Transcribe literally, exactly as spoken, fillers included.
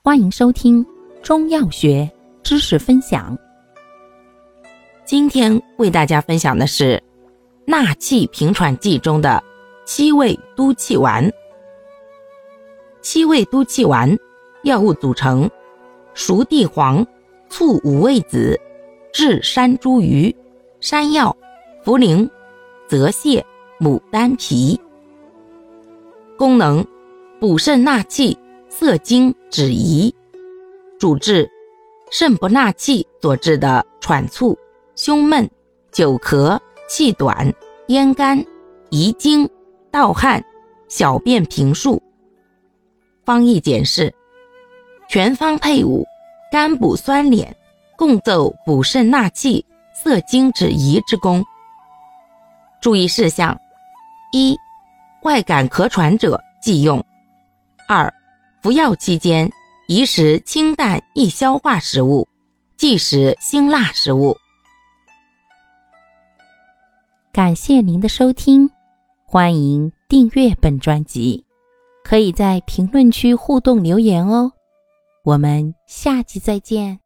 欢迎收听中药学知识分享。今天为大家分享的是纳气平喘剂中的七味督气丸。七味督气丸药物组成：熟地黄、醋五味子、炙山茱萸、山药、茯苓、泽泻、牡丹皮。功能：补肾纳气，涩精止遗。主治：肾不纳气所致的喘促、胸闷、久咳、气短、咽干、遗精、盗汗、小便频数。方义简释：全方配伍，甘补酸敛，共奏补肾纳气、涩精止遗之功。注意事项：一、外感咳喘者忌用。二、服药期间宜食清淡易消化食物，忌食辛辣食物。感谢您的收听，欢迎订阅本专辑，可以在评论区互动留言哦。我们下期再见。